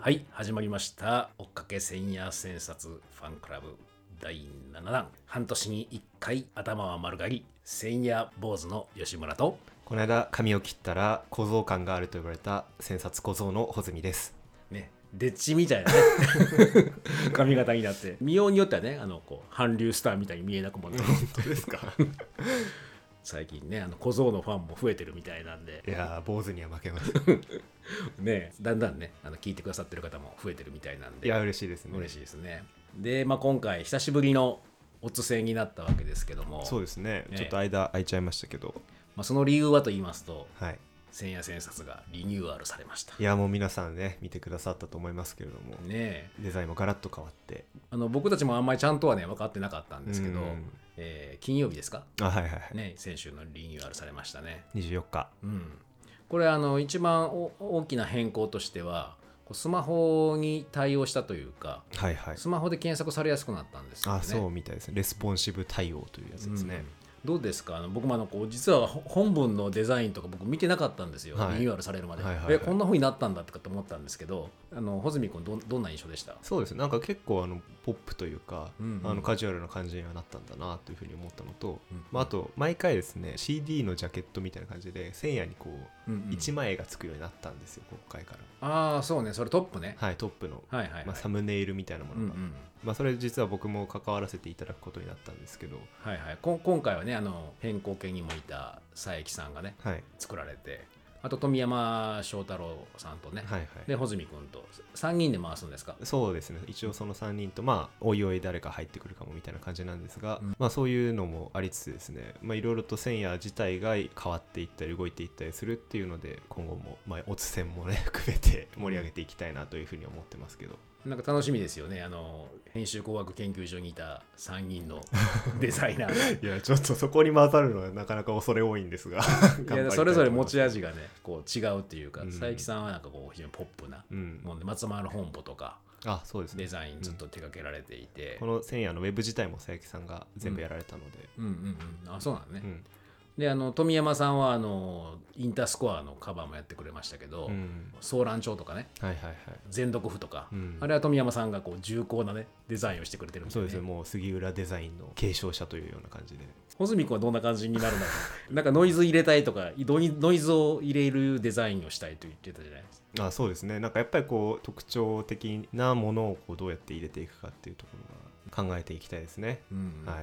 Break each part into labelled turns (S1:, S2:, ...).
S1: はい、始まりました追っかけ千夜千冊ファンクラブ第7弾。半年に1回頭は丸刈り千夜坊主の吉村と、
S2: この間髪を切ったら小僧感があると言われた千冊小僧の穂積です
S1: ね、デッチみたいなね髪型になって見ようによってはねこう韓流スターみたいに見えなくもない
S2: 本当ですか
S1: 最近ね小僧のファンも増えてるみたいなんで、
S2: いやー坊主には負けます
S1: ね、だんだんね聞いてくださってる方も増えてるみたいなんで、
S2: いや嬉しいですね。
S1: 嬉しいですね。で、今回久しぶりのオツ戦になったわけですけども、
S2: そうですね、ちょっと間空いちゃいましたけど、
S1: その理由はと言いますと、
S2: はい、
S1: 千夜千冊がリニューアルされました。
S2: いやもう皆さんね見てくださったと思いますけれども、
S1: ね、
S2: デザインもガラッと変わって、
S1: 僕たちもあんまりちゃんとはね分かってなかったんですけど、
S2: うん
S1: 金曜日ですか、
S2: あ、はいはいはい、
S1: ね、先週のリニューアルされましたね。
S2: 24日、
S1: これ一番大きな変更としてはスマホに対応したというか、
S2: はいはい、
S1: スマホで検索されやすくなったんですよね。
S2: あ、そうみたいですね。レスポンシブ対応というやつですね。
S1: どうですか。僕も実は本文のデザインとか僕見てなかったんですよ、
S2: はい、
S1: リニューアルされるまで、
S2: はいはいはい、
S1: こんな風になったんだとかって思ったんですけど、穂積君どんな印象でした？
S2: そうですね、なんか結構ポップというか、
S1: うんうん、
S2: カジュアルな感じにはなったんだなというふうに思ったのと、
S1: うん
S2: あと毎回ですね CD のジャケットみたいな感じで千夜にこう、1枚絵がつくようになったんですよ、今回から。
S1: ああそうね、それトップね。
S2: はい、トップの、
S1: はいはいはい、
S2: サムネイルみたいなものが、それ実は僕も関わらせていただくことになったんですけど、
S1: はいはい、今回はね変更系にもいた佐伯さんがね、
S2: はい、
S1: 作られて、あと富山翔太郎さんとね、
S2: はいはい、
S1: で穂積君と3人で回すんですか？
S2: そうですね、一応その3人とおいおい誰か入ってくるかもみたいな感じなんですが、そういうのもありつつですね、いろいろと千夜自体が変わっていったり動いていったりするっていうので、今後もオツ戦もね含めて盛り上げていきたいなというふうに思ってますけど、
S1: なんか楽しみですよね。編集工学研究所にいた3人のデザイナー
S2: いやちょっとそこに混ざるのはなかなか恐れ多いんですが
S1: いやそれぞれ持ち味がねこう違うっていうか、佐伯さんはなんかこう非常にポップなもんで、松丸本舗とか
S2: そうですね、
S1: デザインずっと手掛けられていて、
S2: この千夜のウェブ自体も佐伯さんが全部やられたので、
S1: あ、そうなんね、で富山さんはインタースコアのカバーもやってくれましたけど、ソーラン帳とかね、
S2: はいはいはい、
S1: 全読譜とか、あれは富山さんがこう重厚なねデザインをしてくれてるんで、ね、
S2: そうですね、もう杉浦デザインの継承者というような感じで。
S1: 穂積君はどんな感じになるのかなんかノイズ入れたいとかノイズを入れるデザインをしたいと言ってたじゃないですか。
S2: そうですね、なんかやっぱりこう特徴的なものをこうどうやって入れていくかっていうところが考えていきたいですね、はい、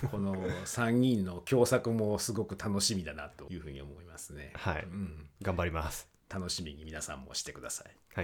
S1: この3人の共作もすごく楽しみだなというふうに思いますね。
S2: はい、頑張ります。
S1: 楽しみに皆さんもしてください。
S2: はい。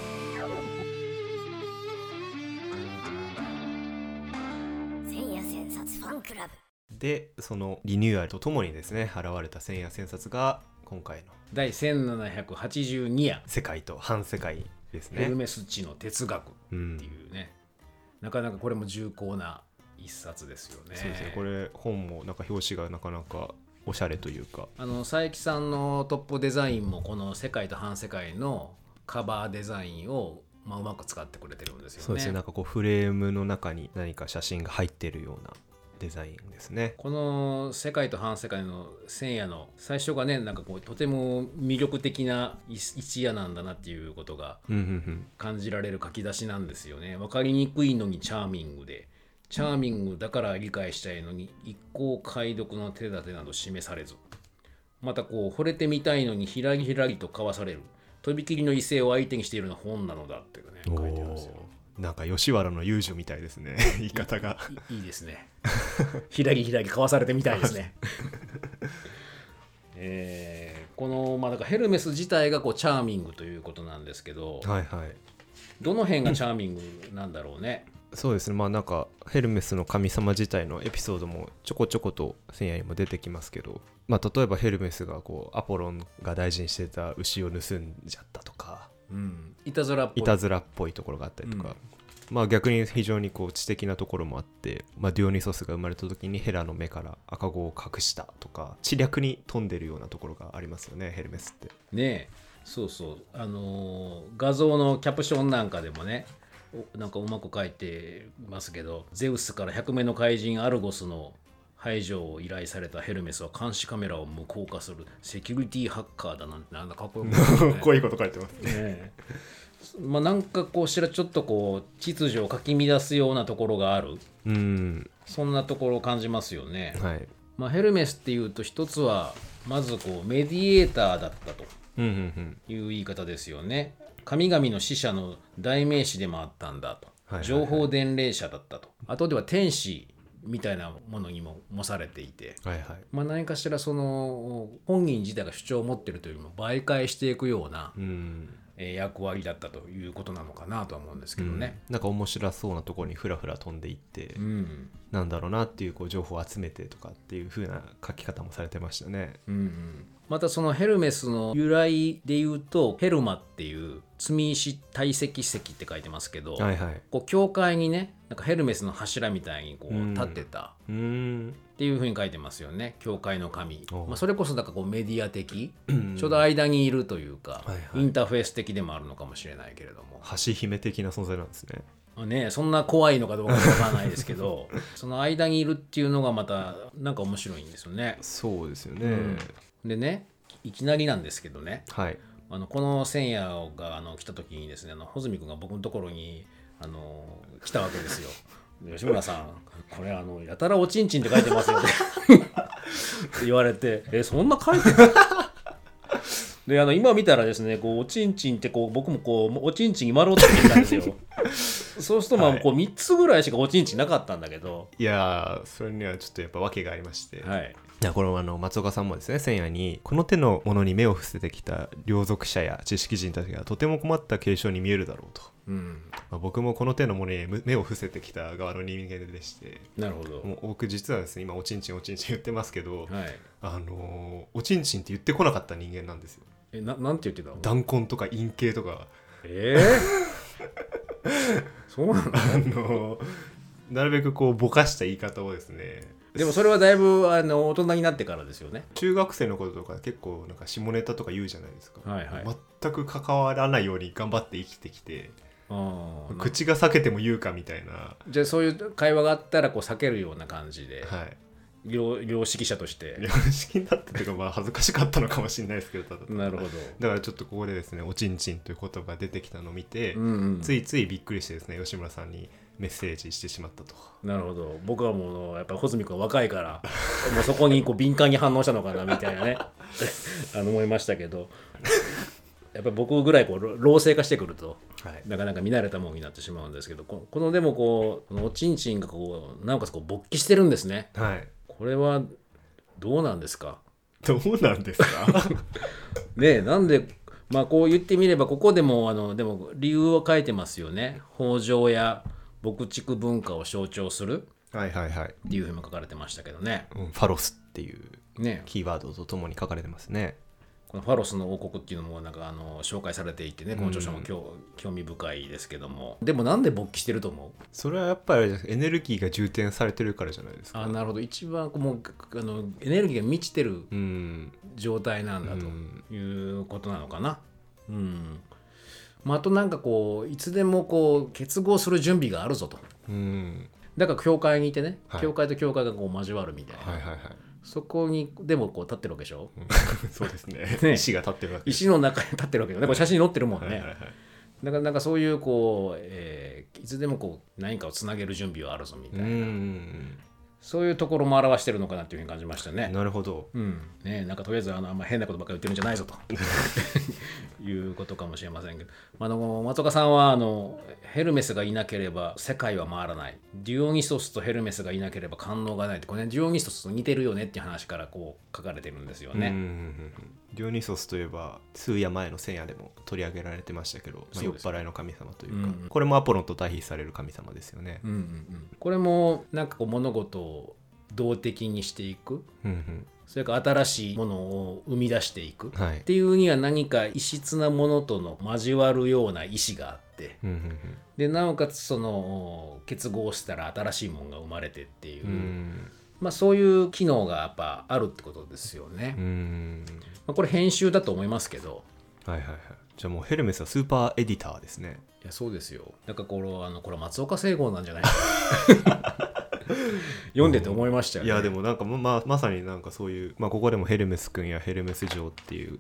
S3: 千夜千冊ファンクラブ
S2: で、そのリニューアルとともにですね現れた千夜千冊が今回の
S1: 第1782夜
S2: 世界と反世界ですね。
S1: ヘルメス地の哲学っていうね、なかなかこれも重厚な一冊ですよね。
S2: そうですね、これ本もなんか表紙がなかなかおしゃれというか、
S1: 佐伯さんのトップデザインもこの世界と反世界のカバーデザインをうまく使ってくれてるんですよね。
S2: そうですね、なんかこうフレームの中に何か写真が入ってるようなデザインですね。
S1: この世界と反世界の千夜の最初がね、なんかこうとても魅力的な一夜なんだなっていうことが感じられる書き出しなんですよね。分かりにくいのにチャーミングで、チャーミングだから理解したいのに一向解読の手立てなど示されず、またこう惚れてみたいのにひらりひらりと交わされるとびきりの異性を相手にしているような本なのだっていうね書いてあるんですよ。
S2: なんか吉原の遊女みたいですね言い方が
S1: いいですねひらりひらり交わされてみたいですねこのだからヘルメス自体がこうチャーミングということなんですけど、
S2: はいはい、
S1: どの辺がチャーミングなんだろうね。
S2: そうですね、なんかヘルメスの神様自体のエピソードもちょこちょこと千夜にも出てきますけど、例えばヘルメスがこうアポロンが大事にしてた牛を盗んじゃったとか、
S1: いたずらっ
S2: ぽいところがあったりとか、逆に非常にこう知的なところもあって、デュオニソスが生まれた時にヘラの目から赤子を隠したとか、知略に富んでるようなところがありますよね、ヘルメスって
S1: ね。そうそう、画像のキャプションなんかでもね、なんかうまく書いてますけど、ゼウスから100目の怪人アルゴスの排除を依頼されたヘルメスは監視カメラを無効化するセキュリティハッカーだなんて、なんだかっこよくない、ね、
S2: こういうこと書いてますね。
S1: まあ、なんかこうしらちょっとこう秩序をかき乱すようなところがある、そんなところを感じますよね。
S2: はい。
S1: まあ、ヘルメスっていうと一つはまずこうメディエーターだったという言い方ですよね。神々の使者の代名詞でもあったんだと、情報伝令者だったと、後では天使みたいなものにも模されていて、まあ、何かしらその本人自体が主張を持っているというよりも媒介していくような、役割だったということなのかなとは思うんですけどね。
S2: なんか面白そうなところにふらふら飛んでいって、なんだろうなっていう、こう情報を集めてとかっていう風な書き方もされてましたね。
S1: またそのヘルメスの由来でいうとヘルマっていう積石堆積石って書いてますけど、こう教会にねなんかヘルメスの柱みたいにこう立ってたっていうふうに書いてますよね、教会の神。まあ、それこそだからこうメディア的ちょうど間にいるというか、インターフェース的でもあるのかもしれないけれども、
S2: 橋姫的な存在なんですね。
S1: そんな怖いのかどうかわからないですけどその間にいるっていうのがまたなんか面白いんですよね。
S2: そうですよね。
S1: でね、いきなりなんですけどね、
S2: はい、
S1: この千夜が来た時にですね、穂積君が僕のところに来たわけですよ。吉村さん、これやたらおちんちんって書いてますよねって言われて、そんな書いてるで今見たらですね、こうおちんちんってこう僕もこうおちんちんに丸をつけてたんですよそうするとまあこう3つぐらいしかおちんちんなかったんだけど、
S2: いやそれにはちょっとやっぱ訳がありまして、いやこの松岡さんもですね、千夜にこの手のものに目を伏せてきた両属者や知識人たちがとても困った継承に見えるだろうと、僕もこの手のものに目を伏せてきた側の人間でして、
S1: なるほど。
S2: もう僕実はですね今おちんちんおちんちん言ってますけど、おちんちんって言ってこなかった人間なんですよ。
S1: なんて言ってたの？
S2: 弾痕とか陰茎とか
S1: そうなの？
S2: なるべくこうぼかした言い方をですね。
S1: でもそれはだいぶ大人になってからですよね。
S2: 中学生の頃とか結構なんか下ネタとか言うじゃないですか、全く関わらないように頑張って生きてきて、口が裂けても言うかみたいな。
S1: じゃあそういう会話があったらこう避けるような感じで、良識者として
S2: 良識だったというか、まあ恥ずかしかったのかもしれないですけど、
S1: なるほど。
S2: だからちょっとここでですねおちんちんという言葉が出てきたのを見て、ついついびっくりしてですね吉村さんにメッセージしてしまったと。
S1: なるほど。僕はもうやっぱり穂積君は若いからもうそこにこう敏感に反応したのかなみたいなね思いましたけどやっぱり僕ぐらいこう老成化してくると、なかなか見慣れたものになってしまうんですけど、このでもこうおちんちんがこうなおかつこう勃起してるんですね。これはどうなんですか？
S2: どうなんですか
S1: ねえ、なんでまあこう言ってみればここでもでも理由を書いてますよね。豊穣や牧畜文化を象徴するっていうふうにも書かれてましたけどね、
S2: ファロスっていうキーワードとともに書かれてますね。
S1: このファロスの王国っていうのもなんか紹介されていてね、この著書も興味深いですけども、でもなんで勃起してると思う？
S2: それはやっぱりエネルギーが充填されてるからじゃないですか。
S1: なるほど。一番もうエネルギーが満ちてる状態なんだということなのかな。あとなんかこういつでもこう結合する準備があるぞと。だから教会にいてね、教会と教会がこう交わるみたいな、そこにでもこう立ってるわけでしょ
S2: そうですね。石が立ってるわけ。
S1: 石の中に立ってるわけよね。これ写真に載ってるもんね。だからなんかそういうこう、いつでもこう何かをつなげる準備はあるぞみたいな、そういうところも表してるのかなっていうふうに感じましたね。
S2: なるほど。
S1: ね、なんかとりあえずあんま変なことばっかり言ってるんじゃないぞということかもしれませんけど、松岡さんはヘルメスがいなければ世界は回らない、デュオニソスとヘルメスがいなければ官能がないって、これねデュオニソスと似てるよねっていう話からこう書かれてるんですよね。
S2: デュオニソスといえば数夜前の千夜でも取り上げられてましたけど、酔っ払いの神様というか、これもアポロンと対比される神様ですよね。
S1: これもなんかこう物事を動的にしていく、それから新しいものを生み出していく、っていうには何か異質なものとの交わるような意志があって、でなおかつその結合したら新しいものが生まれてっていう、そういう機能がやっぱあるってことですよね。これ編集だと思いますけど、
S2: じゃあもうヘルメスはスーパーエディターですね。
S1: いやそうですよ。なんかこれは松岡聖剛なんじゃないか読んでて思いましたよね。
S2: いやでもなんかまさになんかそういう、ここでもヘルメス君やヘルメス城っていう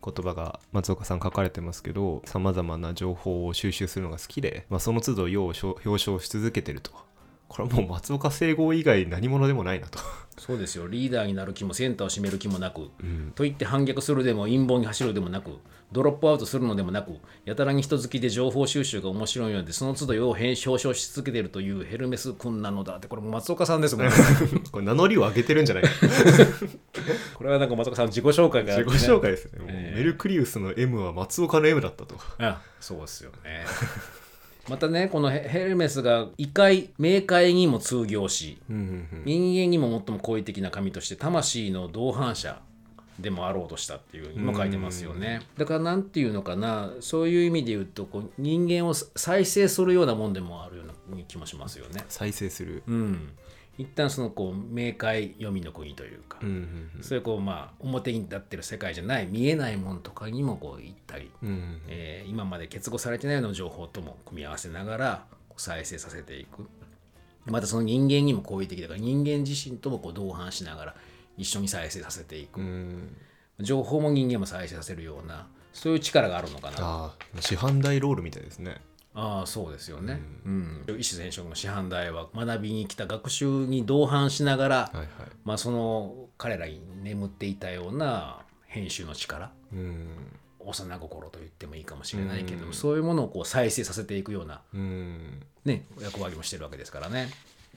S2: 言葉が松岡さん書かれてますけど、さまざまな情報を収集するのが好きで、その都度要表彰し続けてると。これはもう松岡聖剛以外何者でもないなと。
S1: そうですよ。リーダーになる気もセンターを占める気もなく、といって反逆するでも陰謀に走るでもなく、ドロップアウトするのでもなく、やたらに人好きで情報収集が面白いのでその都度要表彰し続けているというヘルメス君なのだって。これも松岡さんですもんね。
S2: これ名乗りを上げてるんじゃないか。
S1: これはなんか松岡さんの自己紹介があって、
S2: 自己紹介ですね。もうメルクリウスの M は松岡の M だったと。
S1: そうですよね。またね、このヘルメスが異界冥界にも通行し、人間にも最も好意的な神として魂の同伴者でもあろうとしたっていうにも書いてますよね。だからなんていうのかな、そういう意味で言うとこう人間を再生するようなもんでもあるような気もしますよね。
S2: 再生する。
S1: 一旦そのこう冥界黄泉の国というか、そういうこう表に立ってる世界じゃない見えないものとかにもこう行ったり、今まで結合されてないような情報とも組み合わせながら再生させていく。またその人間にも好意的だから人間自身ともこう同伴しながら一緒に再生させていく。情報も人間も再生させるようなそういう力があるのかな。
S2: 師範代ロールみたいですね。
S1: そうですよね。医師選手の師範代は学びに来た学習に同伴しながら、その彼らに眠っていたような編集の力、幼心と言ってもいいかもしれないけども、そういうものをこう再生させていくような、役割もしてるわけですからね。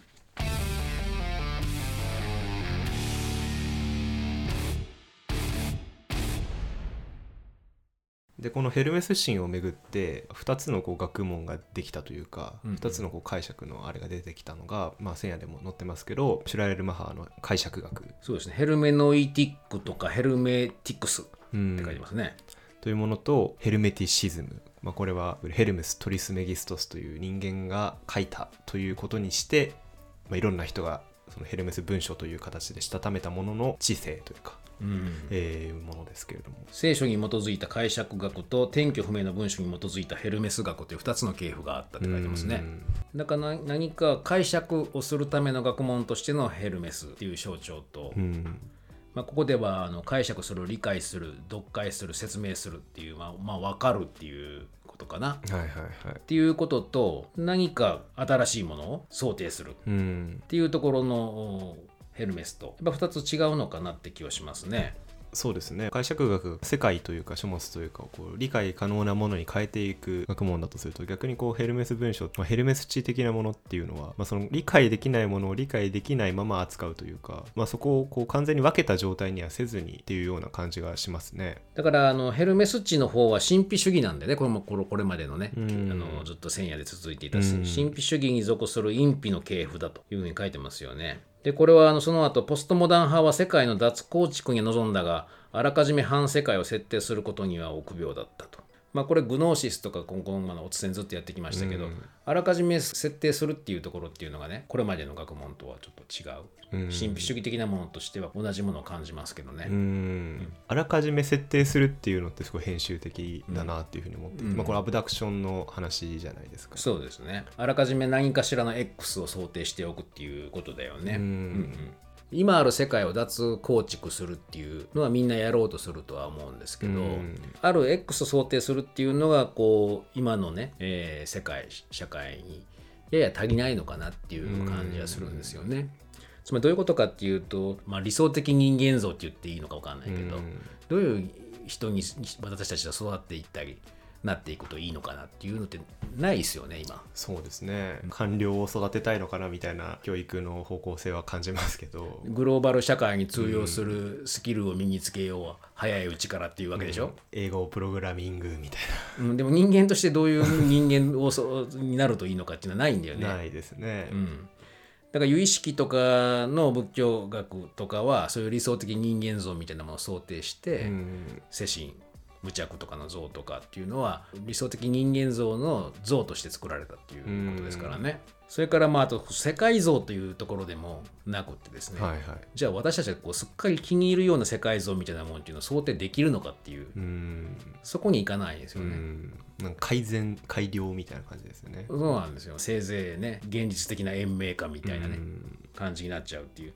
S2: でこのヘルメス神をめぐって2つのこう学問ができたというか、2つのこう解釈のあれが出てきたのが、聖夜でも載ってますけど、シュラエルマハーの解釈学。
S1: そうですね。ヘルメノイティックとかヘルメティクスって書いてますね。
S2: というものとヘルメティシズム、これはヘルメス・トリスメギストスという人間が書いたということにして、いろんな人がそのヘルメス文書という形でしたためたものの知性というか、ものですけれども、
S1: 聖書に基づいた解釈学と転居不明の文書に基づいたヘルメス学という2つの系譜があったって書いてますね。だから何か解釈をするための学問としてのヘルメスっていう象徴と、ここでは解釈する、理解する、読解する、説明するっていう、分かるっていうことかな、っていうことと、何か新しいものを想定するっていうところのヘルメスとやっぱ2つ違うのかなって気はしますね。
S2: そうですね。解釈学、世界というか書物というかこう理解可能なものに変えていく学問だとすると、逆にこうヘルメス文書、ヘルメス知的なものっていうのは、その理解できないものを理解できないまま扱うというか、そこをこう完全に分けた状態にはせずにっていうような感じがしますね。
S1: だからヘルメス知の方は神秘主義なんでね、これまでのね、ずっと千夜で続いていた神秘主義に属する陰秘の系譜だというふうに書いてますよね。でこれはその後ポストモダン派は世界の脱構築に臨んだが、あらかじめ反世界を設定することには臆病だったと。これグノーシスとか今後おつせんずっとやってきましたけど、あらかじめ設定するっていうところっていうのがね、これまでの学問とはちょっと違う、神秘主義的なものとしては同じものを感じますけどね。
S2: あらかじめ設定するっていうのってすごい編集的だなっていうふうに思っていて、これアブダクションの話じゃないですか。
S1: そうですね。あらかじめ何かしらの X を想定しておくっていうことだよね。今ある世界を脱構築するっていうのはみんなやろうとするとは思うんですけど、ある X を想定するっていうのがこう今のね、社会にやや足りないのかなっていう感じがするんですよね。つまりどういうことかっていうと、理想的人間像って言っていいのか分かんないけど、どういう人に私たちが育っていったりなっていくといいのかなっていうのってないですよね今。
S2: そうですね。官僚を育てたいのかなみたいな教育の方向性は感じますけど、
S1: グローバル社会に通用するスキルを身につけよう、早いうちからっていうわけでしょ。
S2: 英語プログラミングみたいな、
S1: でも人間としてどういう人間になるといいのかっていうのはないんだよね。
S2: ないですね。
S1: だから由意識とかの仏教学とかはそういう理想的人間像みたいなものを想定して、世神無着とかの像とかっていうのは理想的人間像の像として作られたっていうことですからね。それからあと世界像というところでもなくってですね、じゃあ私たちがこうすっかり気に入るような世界像みたいなものっていうのを想定できるのかっていう、そこに行かないですよね。
S2: なんか改良みたいな感じですよね。
S1: そうなんですよ。せいぜいね現実的な延命感みたいなね、感じになっちゃうっていう。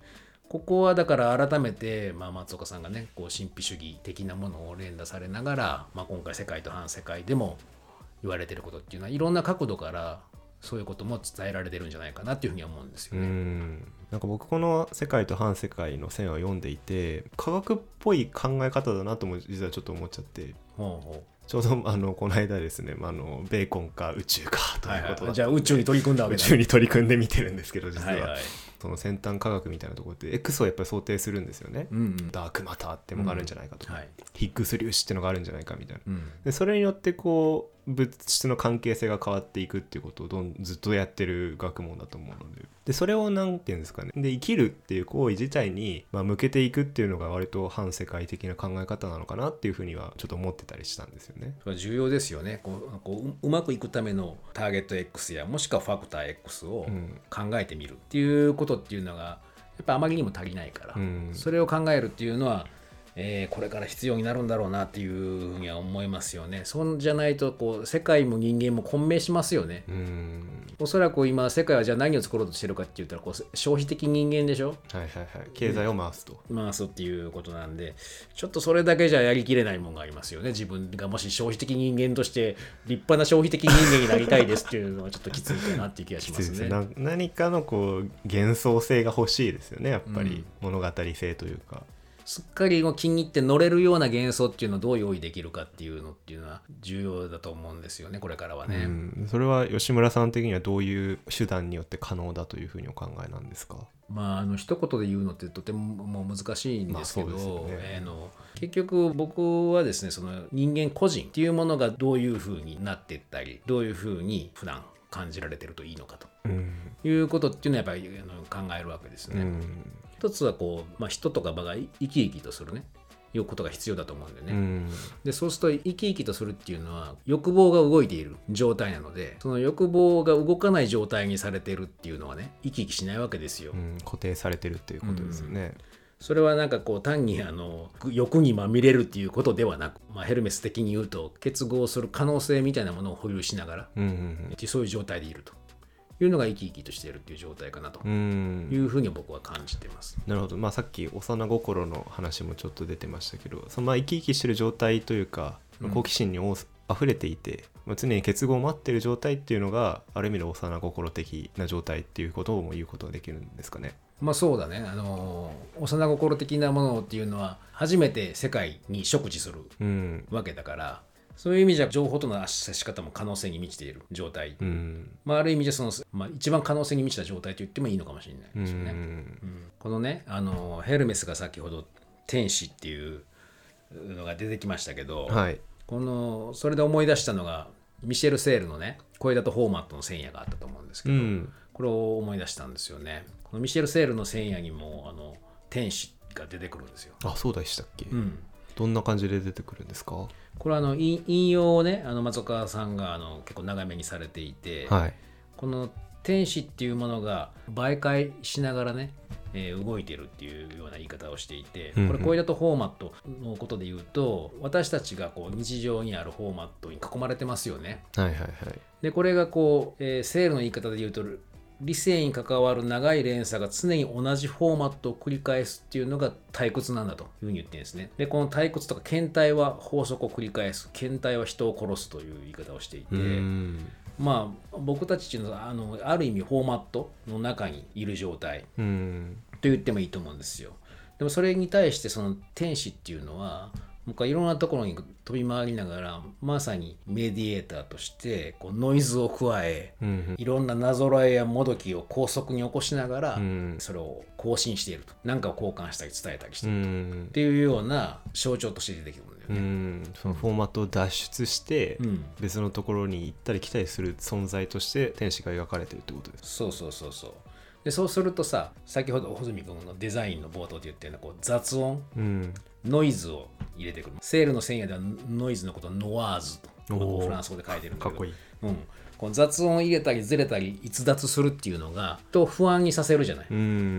S1: ここはだから改めて、松岡さんがねこう神秘主義的なものを連打されながら、今回世界と反世界でも言われてることっていうのはいろんな角度からそういうことも伝えられてるんじゃないかなっていうふうには思うんですよね。
S2: なんか僕この世界と反世界の線を読んでいて科学っぽい考え方だなとも実はちょっと思っちゃって、ちょうどこの間ですね、ベーコンか宇宙かということで、
S1: じゃあ宇宙に取り組んだわけだ。
S2: 宇宙に取り組んでみてるんですけど、実は、その先端科学みたいなところで X をやっぱり想定するんですよね、ダークマターっていうのがあるんじゃないかと、ヒッグス粒子っていうのがあるんじゃないかみたいな、でそれによってこう物質の関係性が変わっていくっていうことをずっとやってる学問だと思うので、それをなんていうんですかね、で生きるっていう行為自体に、向けていくっていうのが割と反世界的な考え方なのかなっていうふうにはちょっと思ってたりしたんですよね。
S1: それは重要ですよね。うまくいくためのターゲット X やもしくはファクター X を考えてみるっていうことっていうのがやっぱあまりにも足りないから、それを考えるっていうのはこれから必要になるんだろうなっていうふうには思いますよね。そうじゃないと世界も人間も混迷しますよね。おそらく今世界はじゃあ何を作ろうとしてるかって言ったら消費的人間でしょ。
S2: 経済を回すと、
S1: 回すっていうことなんで、ちょっとそれだけじゃやりきれないものがありますよね。自分がもし消費的人間として立派な消費的人間になりたいですっていうのはちょっときついかなっていう気がしますね。
S2: 何かの幻想性が欲しいですよね、やっぱり、物語性というか。
S1: すっかり気に入って乗れるような幻想っていうのをどう用意できるかっていうのは重要だと思うんですよね、これからはね。
S2: それは吉村さん的にはどういう手段によって可能だというふうにお考えなんですか？
S1: 一言で言うのってとてももう難しいんですけど、結局僕はですね、その人間個人っていうものがどういうふうになっていったり、どういうふうに普段感じられてるといいのかということっていうのはやっぱり考えるわけですね。一つは人とか場が生き生きとするねいうことが必要だと思うんでね、でそうすると生き生きとするっていうのは欲望が動いている状態なので、その欲望が動かない状態にされてるっていうのはね、生き生きしないわけですよ。
S2: 固定されてるっていうことですよね。
S1: それはなんか単に欲にまみれるっていうことではなく、ヘルメス的に言うと結合する可能性みたいなものを保有しながら、そういう状態でいるというのが生き生きとしているっていう状態かなというふうに僕は感じています。
S2: なるほど。さっき幼心の話もちょっと出てましたけど、その生き生きしてる状態というか、好奇心に溢れていて、常に結合を待っている状態っていうのがある意味で幼心的な状態っていうことをも言うことができるんですかね。
S1: そうだね。幼心的なものっていうのは初めて世界に食事するわけだから、そういう意味じゃ情報との接し方も可能性に満ちている状態、ある意味じゃ一番可能性に満ちた状態と言ってもいいのかもしれないですよね。このねヘルメスが先ほど天使っていうのが出てきましたけど、それで思い出したのがミシェル・セールのね小枝とフォーマットの千夜があったと思うんですけど、これを思い出したんですよね。このミシェル・セールの千夜にも天使が出てくるんですよ。
S2: そうでしたっけ？どんな感じで出てくるんですか？
S1: これは引用をね松岡さんが結構長めにされていて、この天使っていうものが媒介しながらね、動いてるっていうような言い方をしていて、これ小枝とフォーマットのことで言うと、私たちが日常にあるフォーマットに囲まれてますよね。でこれがセールの言い方で言うと理性に関わる長い連鎖が常に同じフォーマットを繰り返すっていうのが退屈なんだというふうに言ってるんですね。でこの退屈とか検体は法則を繰り返す、検体は人を殺すという言い方をしていて、僕たちっていうのはある意味フォーマットの中にいる状態と言ってもいいと思うんですよ。でもそれに対してその天使っていうのは僕はいろんなところに飛び回りながら、まさにメディエーターとしてノイズを加え、いろんななぞらえやもどきを高速に起こしながら、それを更新していると、何かを交換したり伝えたりしていると、っていうような象徴として出てくるんだよね。
S2: そのフォーマットを脱出して、別のところに行ったり来たりする存在として天使が描かれているってことですか？
S1: そうでそうするとさ、先ほど穂積君のデザインの冒頭で言ったような雑音、ノイズを入れてくる。セールの千夜ではノイズのことをノワーズとフランス語で書いてるんだけど、
S2: かっこいい。
S1: この雑音を入れたりずれたり逸脱するっていうのが不安にさせるじゃない。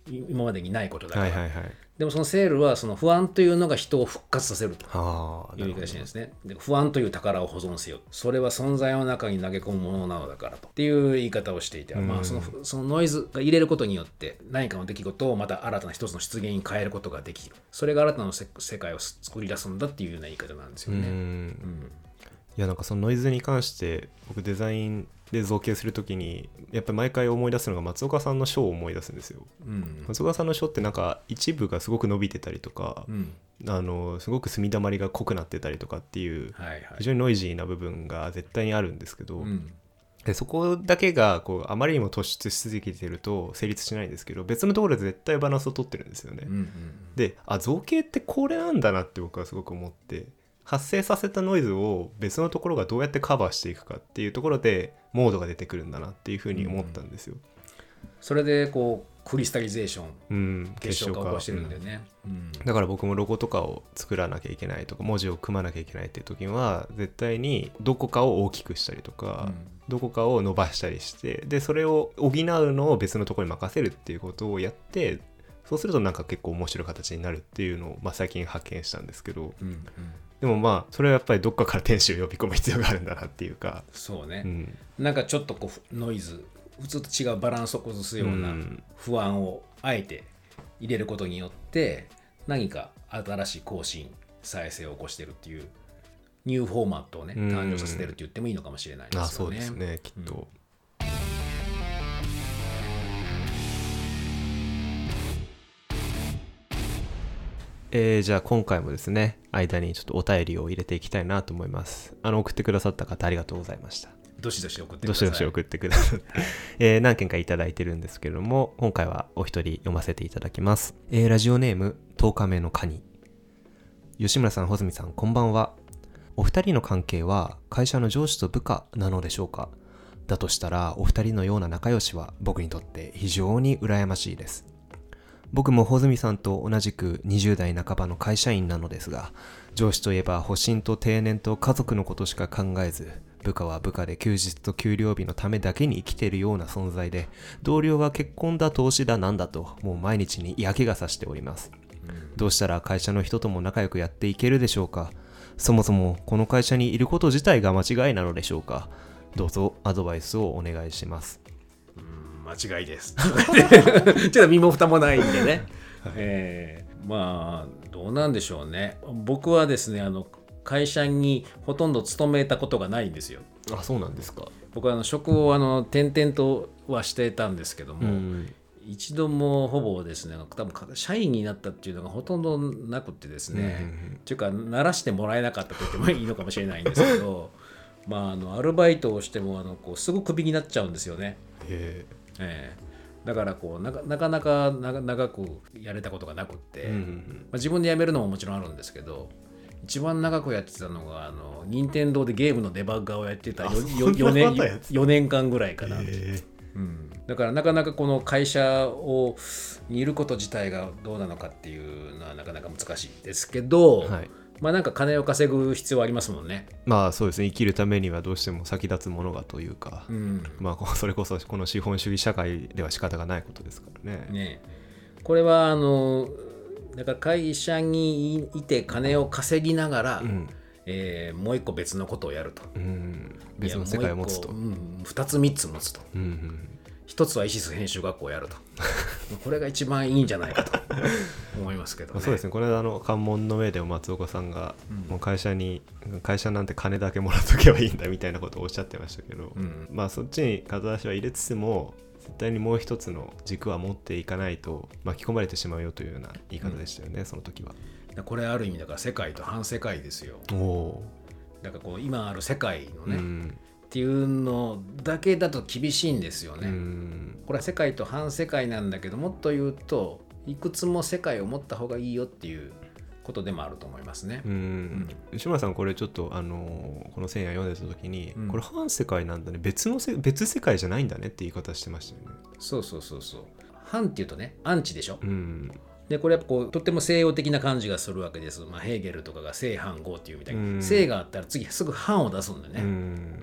S1: 今までにないことだから、
S2: はいはいはい、
S1: でもそのセールはその不安というのが人を復活させるという言い方しないですね。で不安という宝を保存せよ、それは存在の中に投げ込むものなのだからとっていう言い方をしていて、まあ、そのノイズが入れることによって何かの出来事をまた新たな一つの出現に変えることができる、それが新たな世界を作り出すんだっていうような言い方なんですよね。
S2: いやなんかそのノイズに関して僕デザインで造形するときにやっぱり毎回思い出すのが松岡さんの書を思い出すんですよ、松岡さんの書ってなんか一部がすごく伸びてたりとか、すごく墨だまりが濃くなってたりとかっていう、非常にノイジーな部分が絶対にあるんですけど、でそこだけがこうあまりにも突出しすぎてると成立しないんですけど、別のところで絶対バランスを取ってるんですよね、で造形ってこれなんだなって僕はすごく思って、発生させたノイズを別のところがどうやってカバーしていくかっていうところでモードが出てくるんだなっていうふうに思ったんですよ、
S1: それでこうクリスタリゼーション、結晶化を起こしてるんだよね、
S2: だから僕もロゴとかを作らなきゃいけないとか文字を組まなきゃいけないっていう時は絶対にどこかを大きくしたりとか、どこかを伸ばしたりして、でそれを補うのを別のところに任せるっていうことをやって、そうするとなんか結構面白い形になるっていうのを、最近発見したんですけど、でもまあそれはやっぱりどっかから店主を呼び込む必要があるんだなっていうか、
S1: そうね、なんかちょっとこうノイズ普通と違うバランスを崩すような不安をあえて入れることによって何か新しい更新再生を起こしてるっていうニューフォーマットをね誕生させてるって言ってもいいのかもしれないですよね。
S2: そうですね、きっと、じゃあ今回もですね間にちょっとお便りを入れていきたいなと思います。送ってくださった方ありがとうございました。
S1: どしどし送ってください。
S2: どしどし送ってくださって、何件かいただいてるんですけれども、今回はお一人読ませていただきます。ラジオネーム10日目のカニ。吉村さん、穂積さん、こんばんは。お二人の関係は会社の上司と部下なのでしょうか。だとしたらお二人のような仲良しは僕にとって非常に羨ましいです。僕も穂積さんと同じく20代半ばの会社員なのですが、上司といえば保身と定年と家族のことしか考えず、部下は部下で休日と給料日のためだけに生きているような存在で、同僚は結婚だ投資だなんだともう毎日に嫌気がさしております。どうしたら会社の人とも仲良くやっていけるでしょうか。そもそもこの会社にいること自体が間違いなのでしょうか。どうぞアドバイスをお願いします。
S1: 間違いですちょっと身も蓋もないんでね、まあどうなんでしょうね。僕はですね会社にほとんど勤めたことがないんですよ。
S2: あ、そうなんですか。
S1: 僕は職を転々とはしてたんですけども、一度もほぼですね多分社員になったっていうのがほとんどなくてですね、っていうか慣らしてもらえなかったと言ってもいいのかもしれないんですけどアルバイトをしてもすぐクビになっちゃうんですよね。だからなかなか長くやれたことがなくって、自分で辞めるのももちろんあるんですけど、一番長くやってたのが任天堂でゲームのデバッガーをやってた 4年間ぐらいかな、だからなかなかこの会社にいること自体がどうなのかっていうのはなかなか難しいですけど、なんか金を稼ぐ必要はありますもんね。
S2: そうですね、生きるためにはどうしても先立つものがというか、それこそこの資本主義社会では仕方がないことですからね。
S1: これはだから会社にいて金を稼ぎながら、もう一個別のことをやると、
S2: 別の世界を持つと、
S1: 2つ3つ持つと、一つはイシス編集学校をやるとこれが一番いいんじゃないかと思いますけどね。
S2: そうですね、この間関門の上で松岡さんが、もう会社なんて金だけもらっとけばいいんだみたいなことをおっしゃってましたけど、そっちに片足は入れつつも絶対にもう一つの軸は持っていかないと巻き込まれてしまうよというような言い方でしたよね、その時は。
S1: これある意味だから世界と反世界ですよ。だから今ある世界のね、っていうのだけだと厳しいんですよね。これは世界と反世界なんだけど、もっと言うといくつも世界を持った方がいいよっていうことでもあると思いますね。
S2: 吉村さん、これちょっとこの千夜読んでた時に、これ反世界なんだね、別世界じゃないんだねって言い方してましたよね。
S1: そう反っていうとね、アンチでしょ。でこれやっぱとっても西洋的な感じがするわけです。ヘーゲルとかが正反合っていうみたいに、正があったら次すぐ反を出すんだね。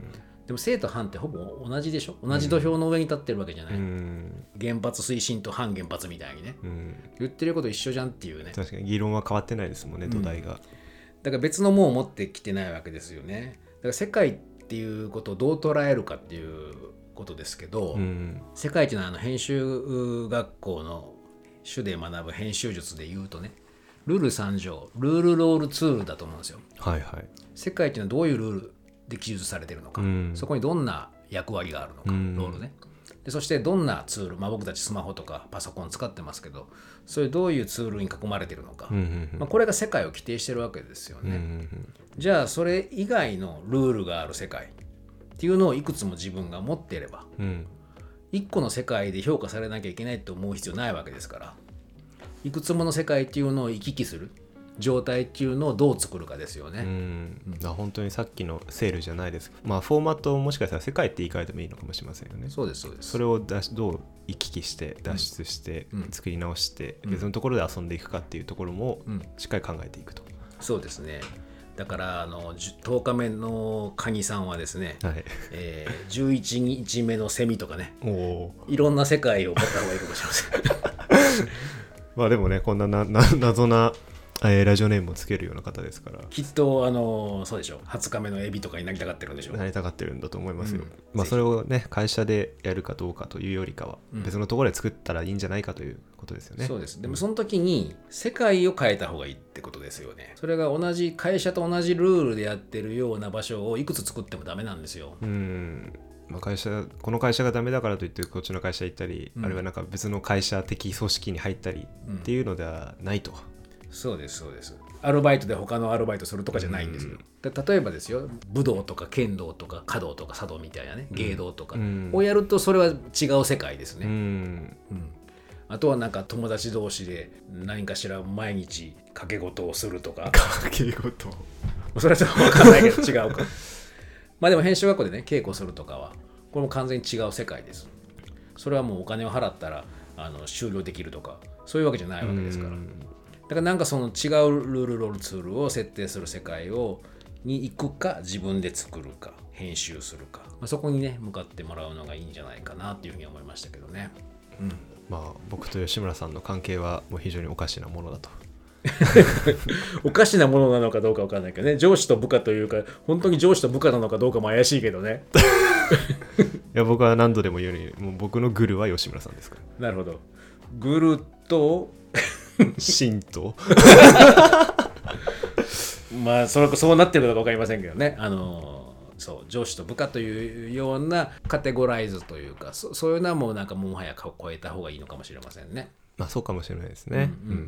S1: でも正と反ってほぼ同じでしょ。同じ土俵の上に立ってるわけじゃない、原発推進と反原発みたいにね、言ってること一緒じゃんっていうね。
S2: 確かに議論は変わってないですもんね、土台が。
S1: だから別のものを持ってきてないわけですよね。だから世界っていうことをどう捉えるかっていうことですけど、世界っていうのは編集学校の主で学ぶ編集術で言うとね、ルール3条、ルールロールツールだと思うんですよ。
S2: はいはい。
S1: 世界っていうのはどういうルールで記述されているのか、そこにどんな役割があるのか、ロールね。でそしてどんなツール、僕たちスマホとかパソコン使ってますけど、そういうどういうツールに囲まれているのか、これが世界を規定してるわけですよね。じゃあそれ以外のルールがある世界っていうのをいくつも自分が持っていれば、一個の世界で評価されなきゃいけないと思う必要ないわけですから、いくつもの世界っていうのを行き来する状態っていうのをどう作るかですよね。
S2: 本当にさっきのセールじゃないですけど、フォーマットをもしかしたら世界って言い換えてもいいのかもしれませんよね。
S1: そうですそうです。
S2: それをどう行き来して脱出して作り直して別のところで遊んでいくかっていうところもしっかり考えていくと。
S1: そうですね。だから10日目のカニさんはですね、11日目のセミとかね、いろんな世界を持った方がいいかもしれません。
S2: でもね、こんな謎なラジオネームをつけるような方ですから、
S1: きっとそうでしょう、20日目のエビとかになりたがってるんでしょう。
S2: なりたがってるんだと思いますよ。それをね、会社でやるかどうかというよりかは、別のところで作ったらいいんじゃないかということですよね。
S1: そうです。でもその時に世界を変えた方がいいってことですよね。それが同じ会社と同じルールでやってるような場所をいくつ作ってもダメなんですよ。
S2: この会社がダメだからといってこっちの会社行ったり、あるいはなんか別の会社的組織に入ったりっていうのではないと。
S1: そうですそうです。アルバイトで他のアルバイトするとかじゃないんですよ。例えばですよ、武道とか剣道とか華道とか茶道みたいなね、芸道とかをやるとそれは違う世界ですね。あとはなんか友達同士で何かしら毎日掛け事をするとか。
S2: 掛け事
S1: それはちょっと分かんないけど違うか。でも編集学校でね、稽古するとかはこれも完全に違う世界です。それはもうお金を払ったら終了できるとかそういうわけじゃないわけですから。だからなんかその違うルールロールツールを設定する世界に行くか、自分で作るか編集するか、そこにね向かってもらうのがいいんじゃないかなっていうふうに思いましたけどね。
S2: 僕と吉村さんの関係はもう非常におかしなものだと。
S1: おかしなものなのかどうか分からないけどね、上司と部下というか本当に上司と部下なのかどうかも怪しいけどね。
S2: いや、僕は何度でも言うように、もう僕のグルは吉村さんですから。
S1: なるほど。グルと
S2: 神と
S1: そうなってるのか分かりませんけどね。そう上司と部下というようなカテゴライズというか、そういうのはもうなんかもはや超えた方がいいのかもしれませんね。
S2: そうかもしれないですね。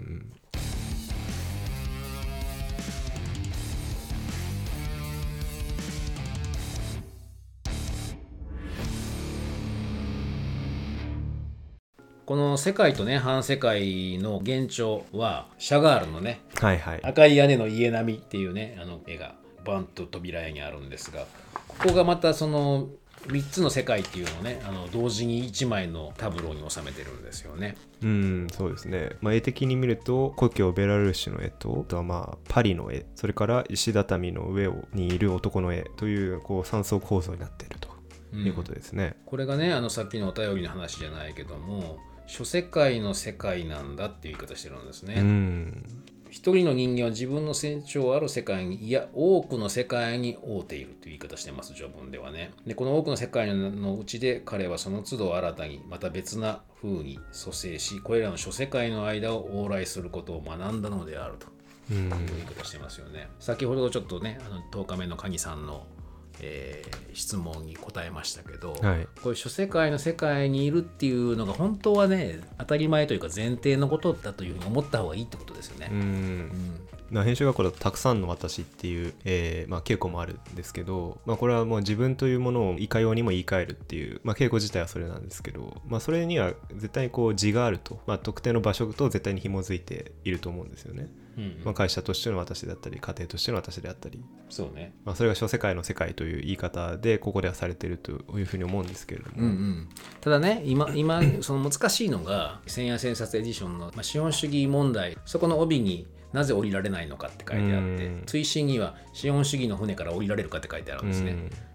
S1: この世界とね反世界の現状はシャガールのね、赤い屋根の家並みっていうね絵がバンと扉絵にあるんですが、ここがまたその3つの世界っていうのをね同時に1枚のタブローに収めてるんですよね。
S2: そうですね。絵的に見ると故郷ベラルーシの絵と、あとはパリの絵、それから石畳の上にいる男の絵という3層構造になっているということですね。
S1: これがねさっきのお便りの話じゃないけども、諸世界の世界なんだっていう言い方してるんですね。一人の人間は自分の成長ある世界に、いや多くの世界に覆っているという言い方してます、序文ではね。でこの多くの世界のうちで彼はその都度新たにまた別な風に蘇生し、これらの諸世界の間を往来することを学んだのであるという言い方してますよね。先ほどちょっとね10日目のカニさんの質問に答えましたけど、こういう諸世界の世界にいるっていうのが本当はね当たり前というか前提のことだというふうに思った方がいいってことですよね。
S2: 編集学校だとたくさんの私っていう、稽古もあるんですけど、これはもう自分というものをいかようにも言い換えるっていう、稽古自体はそれなんですけど、それには絶対に字があると、特定の場所と絶対に紐づいていると思うんですよね。会社としての私であったり家庭としての私であったり、
S1: そうね、
S2: それが諸世界の世界という言い方でここではされているというふうに思うんですけれども、
S1: ただね今その難しいのが千夜千冊エディションの、資本主義問題、そこの帯になぜ降りられないのかって書いてあって、追伸には資本主義の船から降りられるかって書いてあるんですね。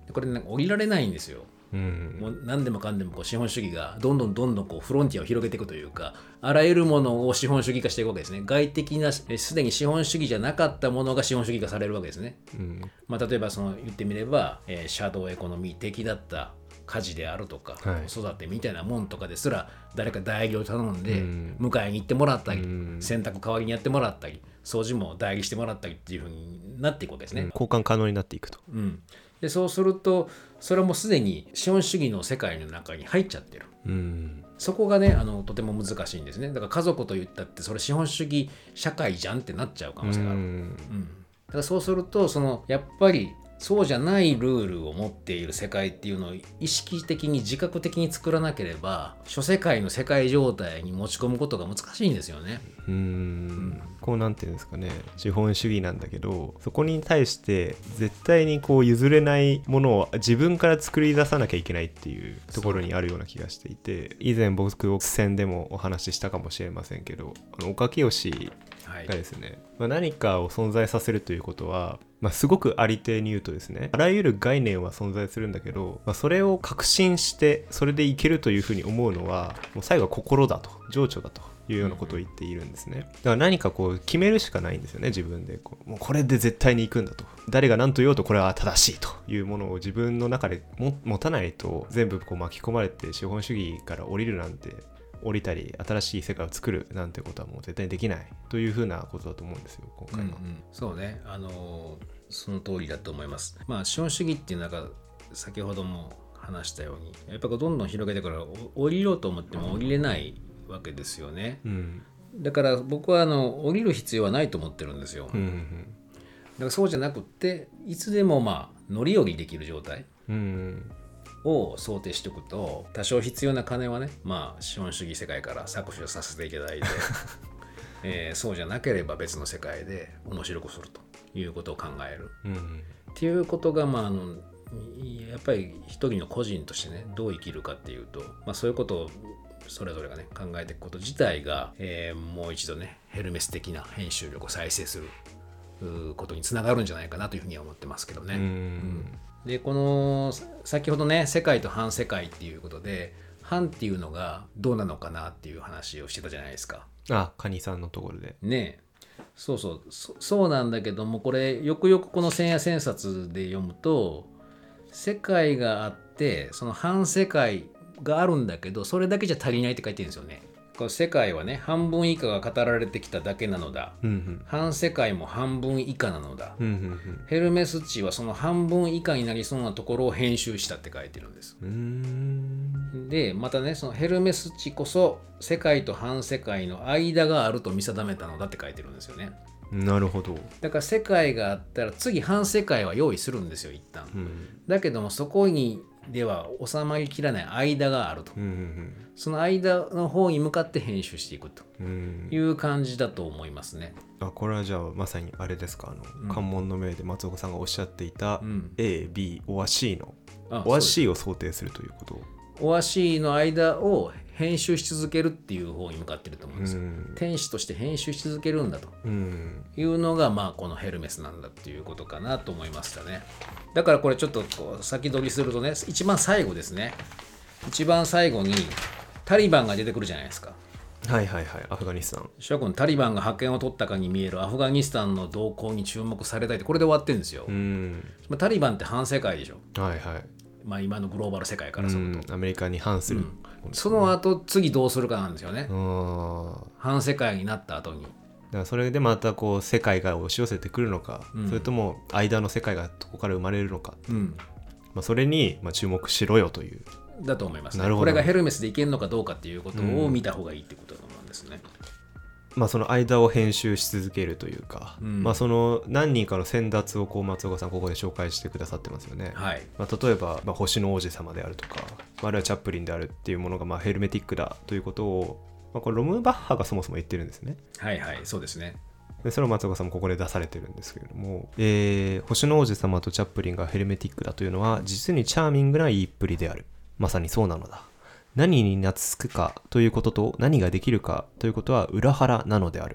S1: これなんか降りられないんですよ。もう何でもかんでもこう資本主義がどんどんこうフロンティアを広げていくというか、あらゆるものを資本主義化していくわけですね。外的なすでに資本主義じゃなかったものが資本主義化されるわけですね。例えばその言ってみれば、シャドウエコノミー的だった家事であるとか、子育てみたいなもんとかですら誰か代理を頼んで迎えに行ってもらったり、洗濯代わりにやってもらったり、掃除も代理してもらったりっていう風になっていくわけですね。
S2: 交換可能になっていくと。
S1: でそうするとそれはもうすでに資本主義の世界の中に入っちゃってる。そこがねとても難しいんですね。だから家族と言ったってそれ資本主義社会じゃんってなっちゃう可能性がある。だからそうするとやっぱりそうじゃないルールを持っている世界っていうのを意識的に自覚的に作らなければ諸世界の世界状態に持ち込むことが難しいんですよね。
S2: こうなんていうんですかね、資本主義なんだけどそこに対して絶対にこう譲れないものを自分から作り出さなきゃいけないっていうところにあるような気がしていて、以前僕奥戦でもお話ししたかもしれませんけど岡清がですね、何かを存在させるということはすごくありていに言うとですね、あらゆる概念は存在するんだけど、それを確信してそれでいけるというふうに思うのはもう最後は心だと、情緒だというようなことを言っているんですね。だから何かこう決めるしかないんですよね、自分でもうこれで絶対に行くんだと、誰が何と言おうとこれは正しいというものを自分の中で持たないと全部こう巻き込まれて資本主義から降りるなんて、降りたり新しい世界を作るなんてことはもう絶対にできないというふうなことだと思うんですよ今回は。
S1: そうね、その通りだと思います。資本主義っていうのが先ほども話したようにやっぱどんどん広げてから降りようと思っても降りれないわけですよね。だから僕は降りる必要はないと思ってるんですよ。だからそうじゃなくっていつでも乗り降りできる状態を想定しておくと、多少必要な金はね、資本主義世界から搾取させていただいて、そうじゃなければ別の世界で面白くするということを考える、っていうことが、やっぱり一人の個人としてねどう生きるかっていうと、そういうことをそれぞれがね考えていくこと自体が、もう一度ねヘルメス的な編集力を再生することにつながるんじゃないかなというふうには思ってますけどね。でこの先ほどね世界と反世界っていうことで、反っていうのがどうなのかなっていう話をしてたじゃないですか。
S2: カニさんのところで
S1: ね。そうなんだけども、これよくよくこの千夜千冊で読むと、世界があってその反世界があるんだけどそれだけじゃ足りないって書いてるんですよね。この世界はね半分以下が語られてきただけなのだ、反世界も半分以下なのだ、ヘルメス地はその半分以下になりそうなところを編集したって書いてるんです。でまたねそのヘルメス地こそ世界と反世界の間があると見定めたのだって書いてるんですよね。
S2: なるほど。
S1: だから世界があったら次反世界は用意するんですよ一旦、だけどもそこにでは収まりきらない間があると、その間の方に向かって編集していくという感じだと思いますね。
S2: これはじゃあまさにあれですか、関門の命で松岡さんがおっしゃっていた、A、B、オア C のオア C を想定するということを、
S1: オア C の間を編集し続けるっていう方に向かってると思うんですよ。天使として編集し続けるんだというのがこのヘルメスなんだっていうことかなと思いましたね。だからこれちょっと先取りするとね、一番最後ですね、一番最後にタリバンが出てくるじゃないですか。
S2: アフガニスタン。
S1: 諸君タリバンが覇権を取ったかに見えるアフガニスタンの動向に注目されたいってこれで終わってるんですよ。タリバンって反世界でしょ。今のグローバル世界からすると、
S2: アメリカに反する、
S1: その後次どうするかなんですよね。反世界になった後に、
S2: だからそれでまたこう世界が押し寄せてくるのか、それとも間の世界がどこから生まれるのか、それに注目しろよという
S1: だと思いますね。これがヘルメスでいけるのかどうかっていうことを見た方がいいってことだと思うんですね。
S2: その間を編集し続けるというか、その何人かの先達を松岡さんここで紹介してくださってますよね。例えば、星の王子様であるとか、あるいはチャップリンであるっていうものがヘルメティックだということを、これロムバッハがそもそも言ってるんですね。
S1: そうですね。
S2: でそれを松岡さんもここで出されてるんですけれども、星の王子様とチャップリンがヘルメティックだというのは実にチャーミングな言いっぷりである。まさにそうなのだ。何に懐くかということと何ができるかということは裏腹なのである。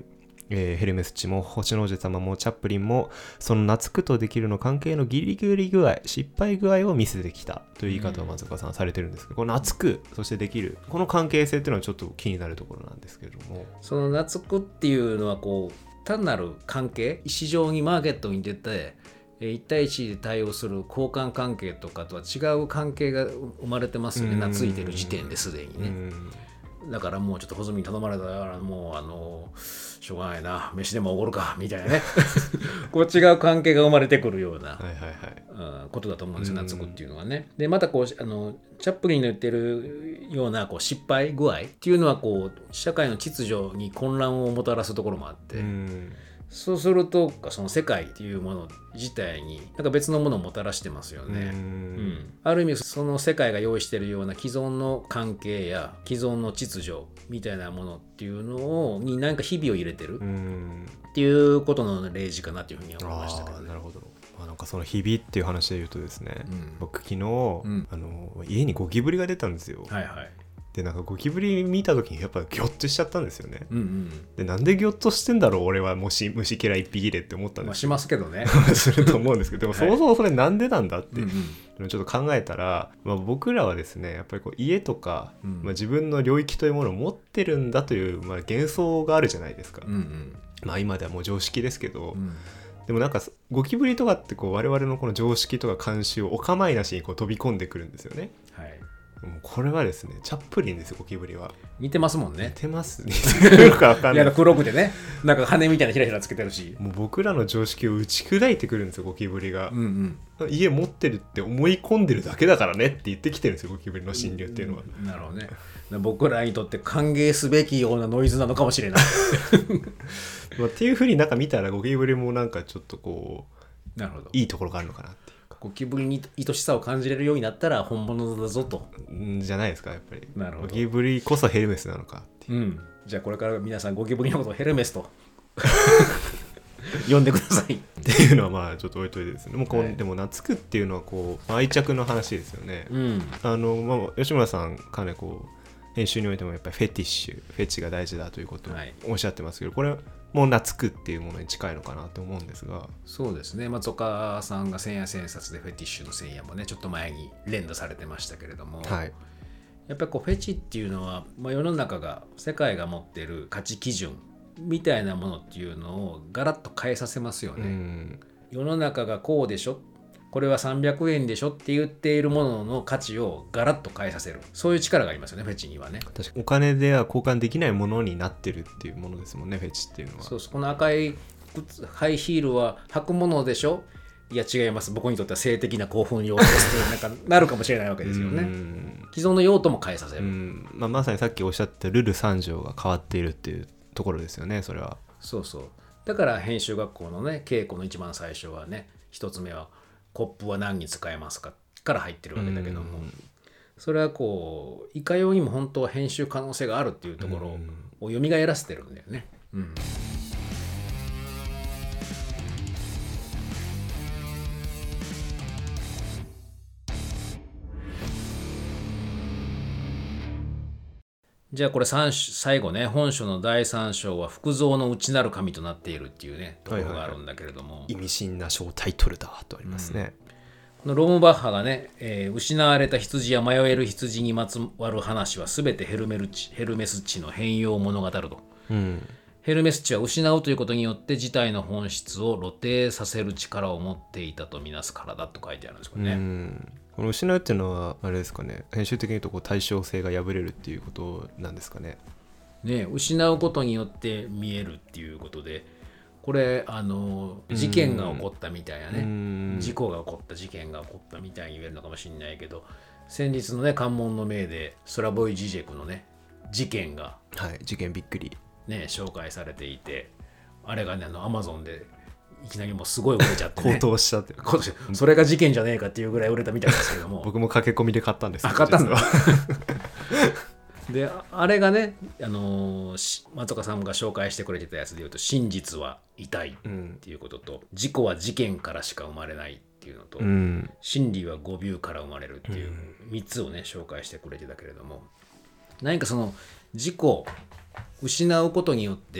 S2: ヘルメス地も星の王子様もチャップリンもその懐くとできるの関係のギリギリ具合、失敗具合を見せてきたという言い方を松岡さんされてるんですけど、この懐くそしてできるこの関係性っていうのはちょっと気になるところなんですけれども、
S1: その懐くっていうのはこう単なる関係、市場にマーケットに出て1対1で対応する交換関係とかとは違う関係が生まれてますよね。懐いてる時点ですでにね。だからもうちょっと穂積に頼まれたからもうしょうがないな、飯でもおごるかみたいなねこう違う関係が生まれてくるようなことだと思うんですよ、懐くっていうのはね。でまたこうチャップリンの言ってるようなこう失敗具合っていうのはこう社会の秩序に混乱をもたらすところもあって、そうするとその世界っていうもの自体になんか別のものをもたらしてますよね。ある意味その世界が用意しているような既存の関係や既存の秩序みたいなものっていうのに何かひびを入れてるっていうことの例示かなというふうに思いましたけどね。
S2: なるほど。なんかそのひびっていう話で言うとですね、僕昨日、家にゴキブリが出たんですよ。でなんかゴキブリ見た時にやっぱギョッとしちゃったんですよね。でなんでギョッとしてんだろう俺は、もし虫けら一匹でって思ったんです
S1: しますけどね
S2: すると思うんですけど、でもそもそもそれなんでなんだって、ちょっと考えたら、僕らはですねやっぱりこう家とか、自分の領域というものを持ってるんだという、幻想があるじゃないですか。今ではもう常識ですけど、でもなんかゴキブリとかってこう我々のこの常識とか慣習をお構いなしにこう飛び込んでくるんですよね。もうこれはですねチャップリンですよ。ゴキブリは
S1: 似てますもんね。
S2: 似てます似てるか分かんない。
S1: いや黒くてね、なんか羽みたいなひらひらつけてるし、
S2: もう僕らの常識を打ち砕いてくるんですよゴキブリが。家持ってるって思い込んでるだけだからねって言ってきてるんですよゴキブリの侵入っていうのは。
S1: なるほどね。僕らにとって歓迎すべきようなノイズなのかもしれない
S2: っていうふうになんか見たらゴキブリもなんかちょっとこう
S1: なるほど
S2: いいところがあるのかなっていうか、
S1: ゴキブリに愛しさを感じれるようになったら本物だぞと
S2: じゃないですかやっぱり。
S1: なるほど。
S2: ゴキブリこそヘルメスなのかっていう、
S1: じゃあこれから皆さんゴキブリのことをヘルメスと呼んでください
S2: っていうのはちょっと置いといてですね。もうでも懐くっていうのはこう愛着の話ですよね。吉村さんかねこう編集においてもやっぱりフェティッシュフェチが大事だということをおっしゃってますけど、これもう懐くっていうものに近いのかなと思うんですが。
S1: そうですね。松岡さんが千夜千冊でフェティッシュの千夜もねちょっと前に連打されてましたけれども、やっぱりこうフェチっていうのは、世の中が世界が持っている価値基準みたいなものっていうのをガラッと変えさせますよね。世の中がこうでしょ、これは300円でしょって言っているものの価値をガラッと変えさせる、そういう力がありますよねフェチにはね。
S2: 確かお金では交換できないものになってるっていうものですもんねフェチっていうのは。
S1: そうこの赤いハイヒールは履くものでしょ、いや違います、僕にとっては性的な興奮用ですってなるかもしれないわけですよね。既存の用途も変えさせる。
S2: まさにさっきおっしゃったルル3条が変わっているっていうところですよね。それは
S1: そうだから編集学校のね稽古の一番最初はね、一つ目はコップは何に使えますかから入ってるわけだけども、それはこういかようにも本当は編集可能性があるっていうところを蘇らせてるんだよね。じゃあこれ最後ね、本書の第3章は福蔵の内なる神となっているっていうねところがあるんだけれども、
S2: 意味深な小タイトルだとありますね。
S1: このロームバッハがね、失われた羊や迷える羊にまつわる話は全てヘルメス地の変容を物語ると。ヘルメス地は失うということによって事態の本質を露呈させる力を持っていたとみなすからだと書いてあるんですよね。
S2: この失うっていうのはあれですかね、編集的に言うとこう対称性が破れるっていうことなんですかね。
S1: 失うことによって見えるっていうことで、これ事件が起こったみたいなね、事故が起こった事件が起こったみたいに言えるのかもしれないけど、先日のね関門の命でスラボイ・ジジェクのね事件が
S2: 事件びっくり
S1: ね紹介されていて、あれがねアマゾンでいきなりもうすごい売れちゃってね
S2: 高騰したって
S1: それが事件じゃねえかっていうぐらい売れたみたいですけども
S2: 僕も駆け込みで買ったんですけど。
S1: 買ったんだであれがね、松岡さんが紹介してくれてたやつでいうと、真実は痛いっていうことと、事故は事件からしか生まれないっていうのと、真理は誤謬から生まれるっていう3つをね紹介してくれてたけれども、何かその事故失うことによって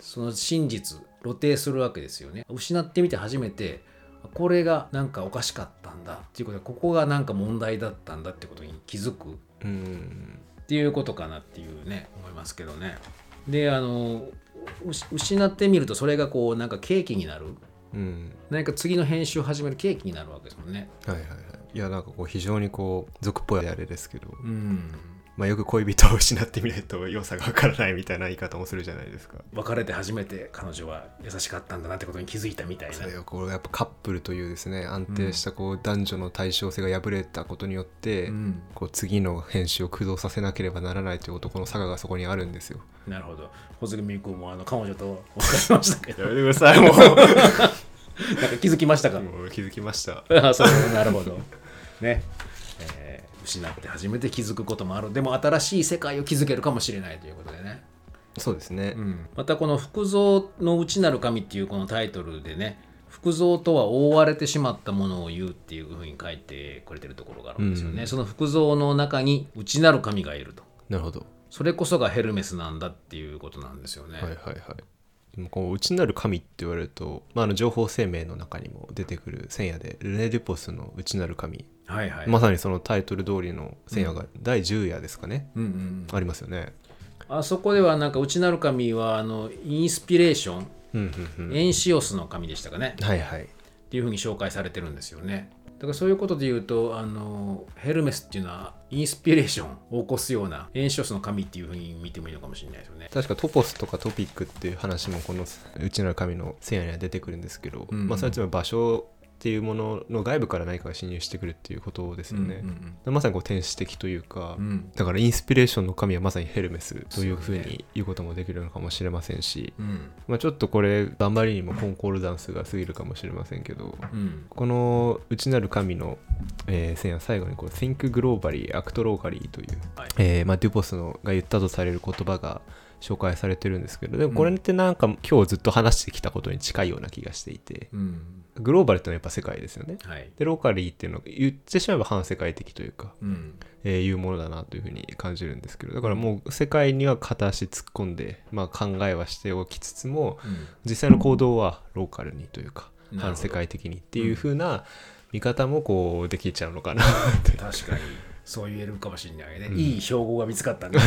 S1: その真実露呈するわけですよね。失ってみて初めてこれがなんかおかしかったんだっていうことで、ここがなんか問題だったんだってことに気づくっていうことかなっていうね思いますけどね。で失ってみるとそれがこうなんか契機になる、何か次の編集を始める契機になるわけですもんね。
S2: はいはいはい。いやなんかこう非常にこう俗っぽいあれですけど、まあ、よく恋人を失ってみないと良さが分からないみたいな言い方もするじゃないですか。
S1: 別れて初めて彼女は優しかったんだなってことに気づいたみたいな。
S2: それをこうやっぱカップルというですね安定したこう男女の対称性が破れたことによって、こう次の編集を駆動させなければならないという男の差がそこにあるんですよ。な
S1: るほど。穂積君も彼女とお別れましたけど
S2: やめてくださいもう
S1: なんか気づきましたか？
S2: もう気づきました
S1: そうなるほどね。失って初めて気づくこともある。でも新しい世界を築けるかもしれないということでね。
S2: そうですね、
S1: またこの福蔵の内なる神っていうこのタイトルでね、福蔵とは覆われてしまったものを言うっていうふうに書いてくれてるところがあるんですよね、その福蔵の中に内なる神がいると。
S2: なるほど。
S1: それこそがヘルメスなんだっていうことなんですよね。
S2: はいはいはい。でもこう内なる神って言われると、情報生命の中にも出てくる聖夜でルネ・デュポスの内なる神、まさにそのタイトル通りの聖夜が第10夜ですかね、ありますよね。
S1: あそこではなんか内なる神はインスピレーション、エンシオスの神でしたかね、っていうふうに紹介されてるんですよね。だからそういうことで言うとヘルメスっていうのはインスピレーションを起こすようなエンシオスの神っていうふうに見てもいいのかもしれないですよね。
S2: 確かトポスとかトピックっていう話もこの内なる神の聖夜には出てくるんですけど、それは場所っていうものの外部から何かが侵入してくるっていうことですよね、まさにこう天使的というか、だからインスピレーションの神はまさにヘルメスというふうに言うこともできるのかもしれませんし、ちょっとこれあんまりにもコンコルダンスが過ぎるかもしれませんけど、この内なる神の聖夜最後にこう Think Globally Act Locally という、デュポスのが言ったとされる言葉が紹介されてるんですけど、でもこれってなんか今日ずっと話してきたことに近いような気がしていて、グローバルってのはやっぱ世界ですよね、でローカリーっていうのは言ってしまえば反世界的というか、いうものだなというふうに感じるんですけど、だからもう世界には片足突っ込んで、考えはしておきつつも、実際の行動はローカルにというか反世界的にっていうふうな見方もこうできちゃうのかなって
S1: 確かにそう言えるかもしれないね、いい標語が見つかったね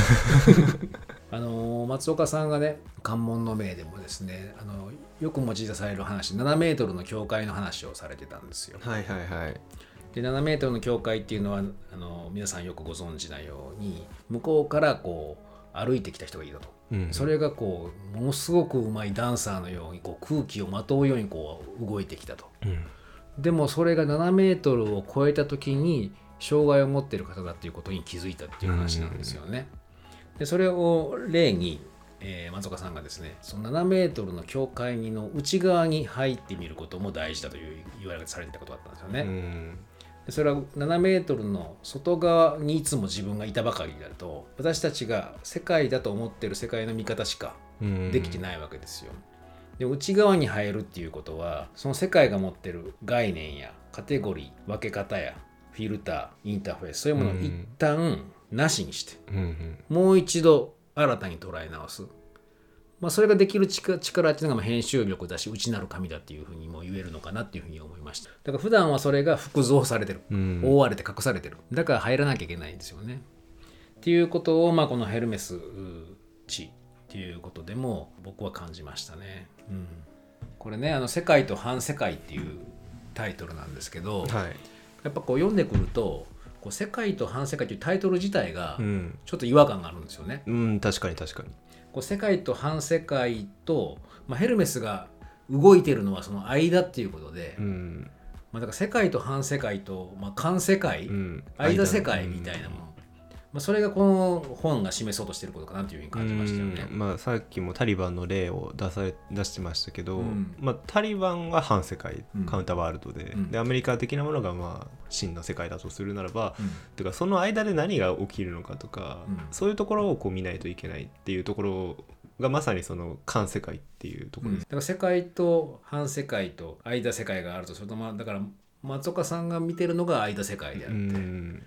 S1: 松岡さんがね関門の銘でもですねよく用い出される話7メートルの境界の話をされてたんですよ。で7メートルの境界っていうのは皆さんよくご存知なように向こうからこう歩いてきた人がいたと、それがこうものすごくうまいダンサーのようにこう空気をまとうようにこう動いてきたと、でもそれが7メートルを超えた時に障害を持っている方だっていうことに気づいたっていう話なんですよね。でそれを例に、松岡さんがですねその7メートルの境界の内側に入ってみることも大事だという言われされてたことだったんですよね。でそれは7メートルの外側にいつも自分がいたばかりだと私たちが世界だと思っている世界の見方しかできてないわけですよ。で内側に入るっていうことはその世界が持っている概念やカテゴリー分け方やフィルターインターフェースそういうものを一旦なしにして、もう一度新たに捉え直す、それができる力っていうのが編集力だし内なる神だっていうふうにも言えるのかなっていうふうに思いました。だから普段はそれが複造されてる、覆われて隠されてる、だから入らなきゃいけないんですよねっていうことを、このヘルメス地っていうことでも僕は感じましたね、これね世界と反世界っていうタイトルなんですけど、やっぱこう読んでくるとこう世界と反世界というタイトル自体がちょっと違和感があるんですよね、
S2: 確かに確かに
S1: こう世界と反世界と、ヘルメスが動いてるのはその間っていうことで、だから世界と反世界と、環世界、間世界みたいなもの、それがこの本が示そうとしていることかなというふうに感じましたよね。
S2: さっきもタリバンの例を出してましたけど、タリバンは反世界、カウンターワールドで、でアメリカ的なものが真の世界だとするならば、てかその間で何が起きるのかとか、そういうところをこう見ないといけないっていうところがまさにその環世界っていうところです、
S1: だから世界と反世界と間世界があるとすると、だから松岡さんが見てるのが間世界であって、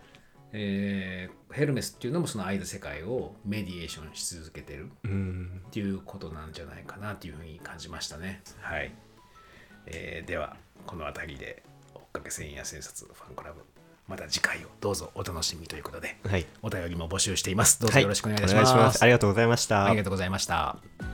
S1: ヘルメスっていうのもそのアイド世界をメディエーションし続けてるっていうことなんじゃないかなっていうふうに感じましたね。はい、ではこの辺りで追っかけ千夜千冊ファンクラブ、また次回をどうぞお楽しみということで、はい、お便りも募集しています。どうぞよろしくお願いします。
S2: はい、お願いします。ありがとうございました。
S1: ありがとうございました。